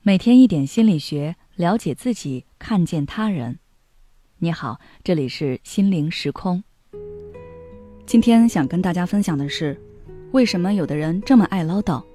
每天一点心理学，了解自己，看见他人。你好，这里是心灵时空。今天想跟大家分享的是，为什么有的人这么爱唠叨。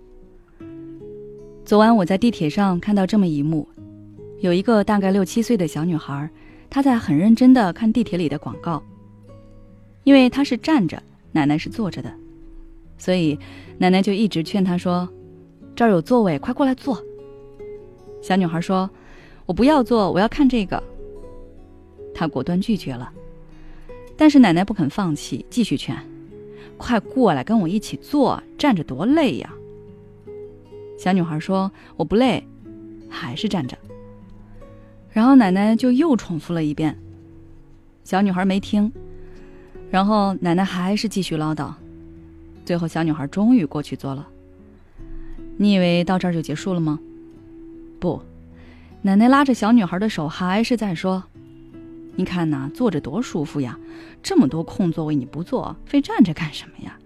昨晚我在地铁上看到这么一幕，有一个大概6、7岁的小女孩，她在很认真地看地铁里的广告。因为她是站着，奶奶是坐着的，所以奶奶就一直劝她说，这儿有座位，快过来坐。小女孩说，我不要坐，我要看这个。她果断拒绝了，但是奶奶不肯放弃，继续劝，快过来跟我一起坐，站着多累呀。小女孩说，我不累，还是站着。然后奶奶就又重复了一遍，小女孩没听，然后奶奶还是继续唠叨，最后小女孩终于过去坐了。你以为到这儿就结束了吗？不，奶奶拉着小女孩的手还是在说，你看呐，坐着多舒服呀，这么多空座位你不坐，非站着干什么呀？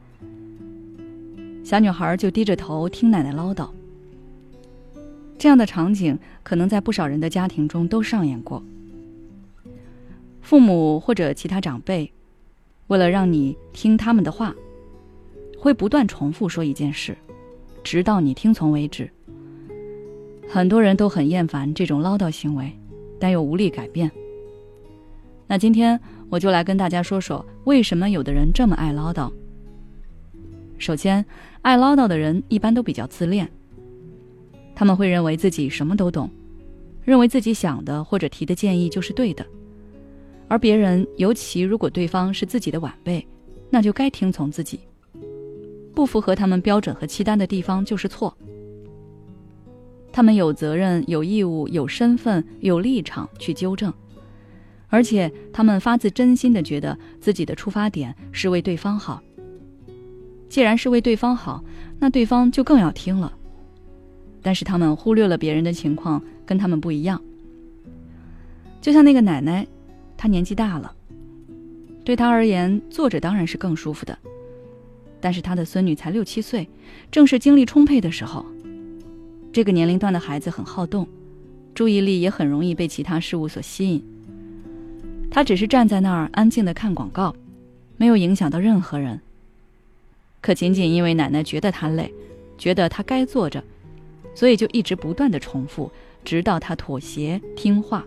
小女孩就低着头听奶奶唠叨。这样的场景可能在不少人的家庭中都上演过。父母或者其他长辈为了让你听他们的话，会不断重复说一件事，直到你听从为止。很多人都很厌烦这种唠叨行为，但又无力改变。那今天我就来跟大家说说，为什么有的人这么爱唠叨。首先，爱唠叨的人一般都比较自恋，他们会认为自己什么都懂，认为自己想的或者提的建议就是对的，而别人，尤其如果对方是自己的晚辈，那就该听从自己，不符合他们标准和期待的地方就是错。他们有责任、有义务、有身份、有立场去纠正，而且他们发自真心地觉得自己的出发点是为对方好。既然是为对方好，那对方就更要听了。但是他们忽略了别人的情况跟他们不一样。就像那个奶奶，她年纪大了，对她而言，坐着当然是更舒服的。但是她的孙女才6、7岁，正是精力充沛的时候。这个年龄段的孩子很好动，注意力也很容易被其他事物所吸引。他只是站在那儿安静地看广告，没有影响到任何人。可仅仅因为奶奶觉得他累，觉得他该坐着，所以就一直不断地重复，直到他妥协听话。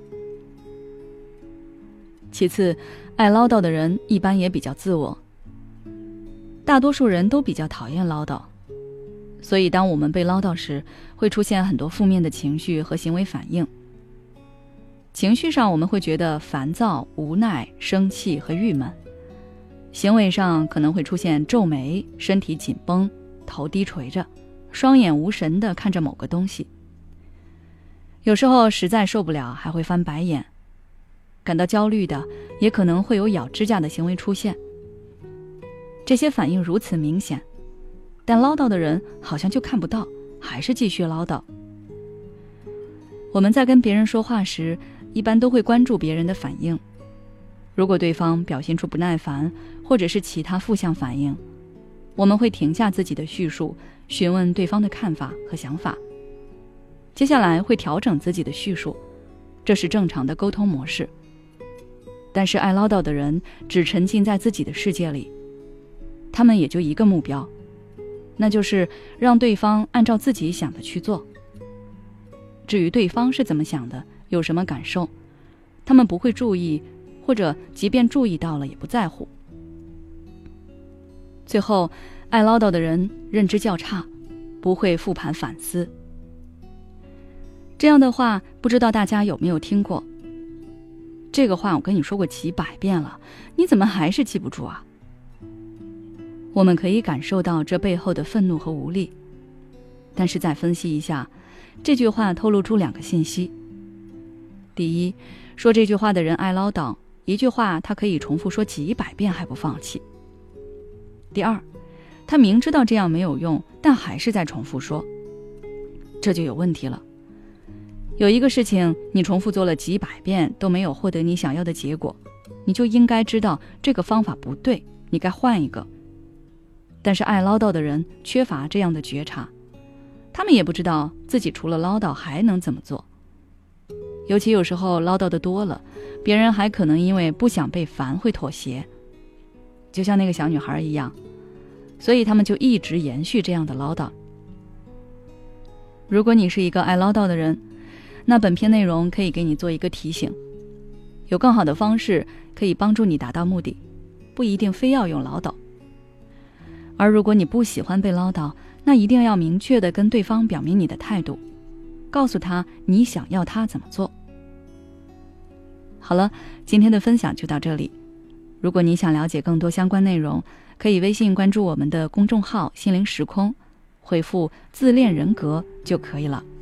其次，爱唠叨的人一般也比较自我，大多数人都比较讨厌唠叨。所以当我们被唠叨时，会出现很多负面的情绪和行为反应。情绪上我们会觉得烦躁、无奈、生气和郁闷，行为上可能会出现皱眉、身体紧绷、头低垂着，双眼无神地看着某个东西。有时候实在受不了还会翻白眼，感到焦虑的也可能会有咬指甲的行为出现。这些反应如此明显，但唠叨的人好像就看不到，还是继续唠叨。我们在跟别人说话时，一般都会关注别人的反应。如果对方表现出不耐烦，或者是其他负向反应，我们会停下自己的叙述，询问对方的看法和想法。接下来会调整自己的叙述，这是正常的沟通模式。但是爱唠叨的人只沉浸在自己的世界里，他们也就一个目标，那就是让对方按照自己想的去做。至于对方是怎么想的，有什么感受，他们不会注意，或者即便注意到了也不在乎。最后，爱唠叨的人认知较差，不会复盘反思。这样的话，不知道大家有没有听过？这个话我跟你说过几百遍了，你怎么还是记不住啊？我们可以感受到这背后的愤怒和无力，但是再分析一下，这句话透露出2个信息。第一，说这句话的人爱唠叨，一句话他可以重复说几百遍还不放弃。第二，他明知道这样没有用，但还是在重复说，这就有问题了。有一个事情你重复做了几百遍都没有获得你想要的结果，你就应该知道这个方法不对，你该换一个。但是爱唠叨的人缺乏这样的觉察， 他们也不知道自己除了唠叨还能怎么做。尤其有时候唠叨的多了，别人还可能因为不想被烦会妥协，就像那个小女孩一样，所以他们就一直延续这样的唠叨。如果你是一个爱唠叨的人，那本篇内容可以给你做一个提醒，有更好的方式可以帮助你达到目的，不一定非要用唠叨。而如果你不喜欢被唠叨，那一定要明确地跟对方表明你的态度，告诉他你想要他怎么做。好了，今天的分享就到这里。如果你想了解更多相关内容，可以微信关注我们的公众号心灵时空，回复自恋人格就可以了。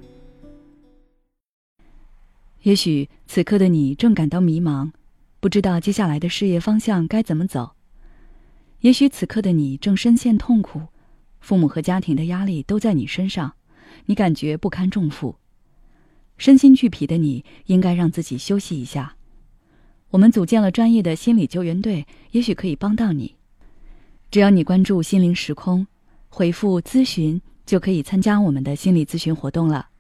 也许此刻的你正感到迷茫，不知道接下来的事业方向该怎么走。也许此刻的你正深陷痛苦，父母和家庭的压力都在你身上，你感觉不堪重负。身心俱疲的你应该让自己休息一下。我们组建了专业的心理救援队，也许可以帮到你。只要你关注心灵时空，回复咨询就可以参加我们的心理咨询活动了。